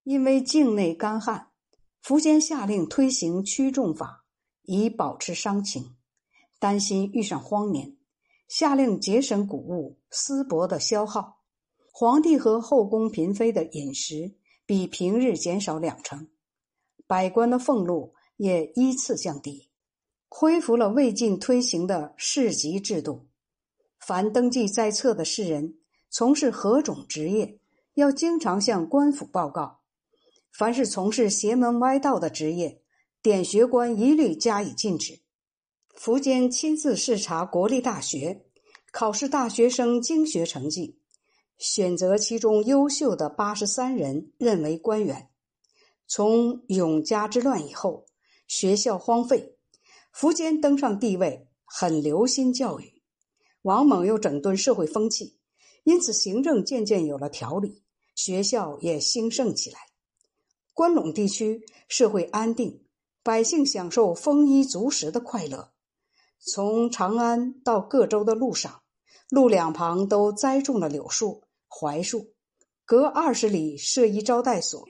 因为境内干旱，苻坚下令推行驱重法，以保持商情。担心遇上荒年，下令节省谷物、丝帛的消耗。皇帝和后宫嫔妃的饮食比平日减少2成，百官的俸禄也依次降低，恢复了魏晋推行的世袭制度。凡登记在册的士人从事何种职业，要经常向官府报告。凡是从事邪门歪道的职业，典学官一律加以禁止。苻坚亲自视察国立大学，考试大学生经学成绩，选择其中优秀的83人任为官员。从永嘉之乱以后，学校荒废，苻坚登上帝位，很留心教育。王猛又整顿社会风气，因此行政渐渐有了条理，学校也兴盛起来。关陇地区社会安定，百姓享受丰衣足食的快乐。从长安到各州的路上，路两旁都栽种了柳树、槐树，隔20里设一招待所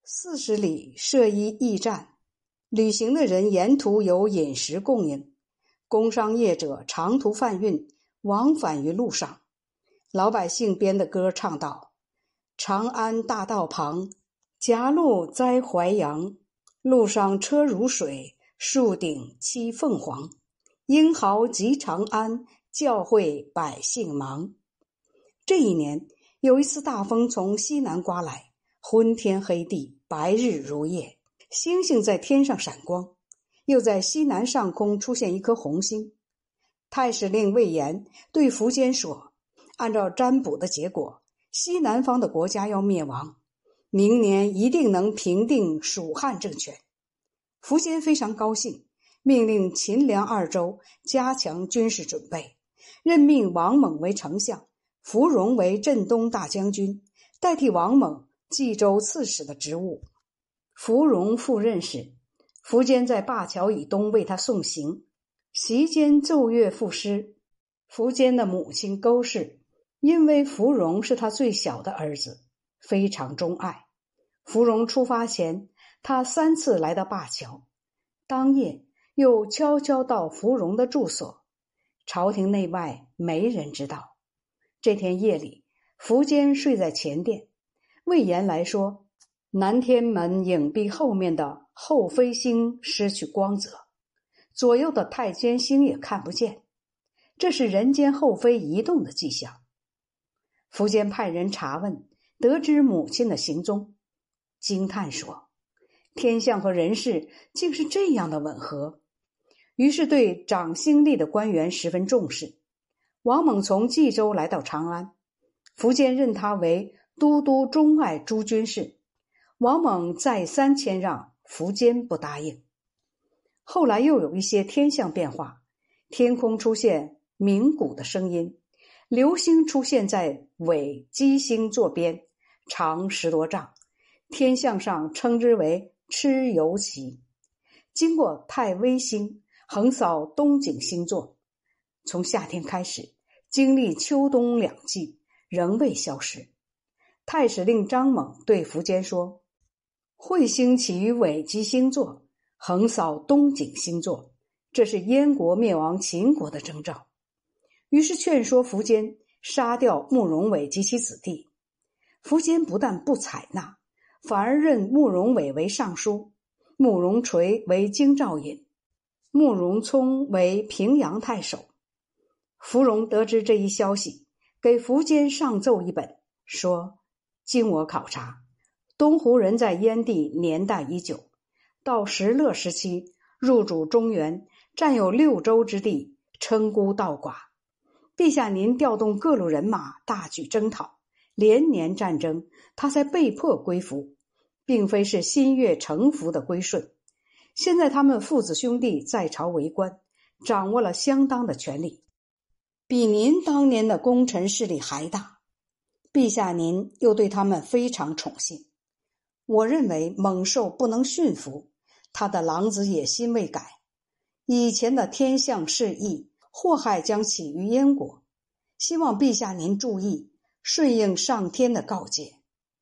，40里设一驿站。旅行的人沿途有饮食供应，工商业者长途贩运，往返于路上。老百姓编的歌唱道：长安大道旁，夹路栽槐杨，路上车如水，树顶栖凤凰。英豪集长安，教诲百姓忙。这一年，有一次大风从西南刮来，昏天黑地，白日如夜，星星在天上闪光，又在西南上空出现一颗红星。太史令魏延对苻坚说，按照占卜的结果，西南方的国家要灭亡，明年一定能平定蜀汉政权。苻坚非常高兴，命令秦梁2州加强军事准备，任命王猛为丞相，芙蓉为镇东大将军，代替王猛冀州刺史的职务。芙蓉赴任时，苻坚在灞桥以东为他送行，席间奏乐赋诗。苻坚的母亲勾氏因为芙蓉是他最小的儿子，非常钟爱。芙蓉出发前，他3次来到灞桥，当夜又悄悄到芙蓉的住所，朝廷内外没人知道。这天夜里，苻坚睡在前殿，魏延来说，南天门影壁后面的后飞星失去光泽，左右的太监星也看不见，这是人间后飞移动的迹象。苻坚派人查问，得知母亲的行踪，惊叹说，天象和人事竟是这样的吻合。于是对掌星历的官员十分重视。王猛从冀州来到长安，苻坚任他为都督中外诸军事。王猛再三谦让，苻坚不答应。后来又有一些天象变化，天空出现鸣鼓的声音，流星出现在尾箕星座边，长10多丈，天象上称之为蚩尤旗。经过太微星，横扫东景星座，从夏天开始，经历秋冬2季，仍未消失。太史令张猛对苻坚说，彗星起于尾箕星座，横扫东景星座，这是燕国灭亡秦国的征兆。于是劝说苻坚杀掉慕容伟及其子弟。苻坚不但不采纳，反而任慕容伟为尚书，慕容垂为京兆尹，慕容聪为平阳太守。芙蓉得知这一消息，给苻坚上奏一本，说，经我考察，东胡人在燕地年代已久，到石勒时期入主中原，占有6州之地，称孤道寡。陛下您调动各路人马，大举征讨，连年战争，他才被迫归服，并非是心悦诚服的归顺。现在他们父子兄弟在朝为官，掌握了相当的权力，比您当年的功臣势力还大。陛下您又对他们非常宠幸，我认为猛兽不能驯服，他的狼子野心未改，以前的天象示意，祸害将起于燕国，希望陛下您注意，顺应上天的告诫。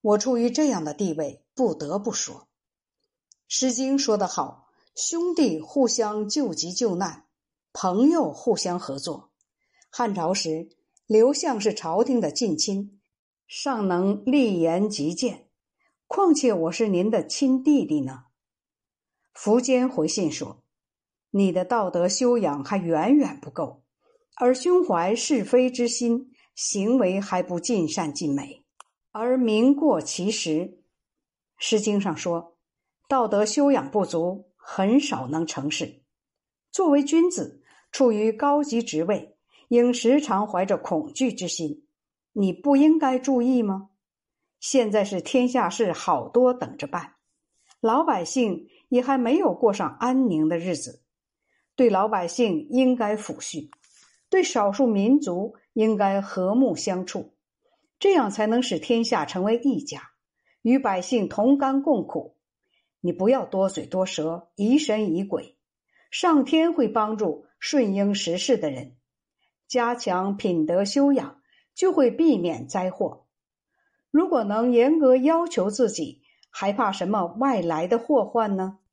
我处于这样的地位，不得不说。《诗经》说得好，兄弟互相救急救难，朋友互相合作。汉朝时，刘向是朝廷的近亲，尚能立言极谏，况且我是您的亲弟弟呢。苻坚回信说，你的道德修养还远远不够，而胸怀是非之心，行为还不尽善尽美，而名过其实。诗经上说，道德修养不足，很少能成事。作为君子，处于高级职位，应时常怀着恐惧之心，你不应该注意吗？现在是天下事好多等着办，老百姓也还没有过上安宁的日子，对老百姓应该抚恤，对少数民族应该和睦相处，这样才能使天下成为一家，与百姓同甘共苦。你不要多嘴多舌，疑神疑鬼，上天会帮助顺应时势的人。加强品德修养，就会避免灾祸。如果能严格要求自己，还怕什么外来的祸患呢？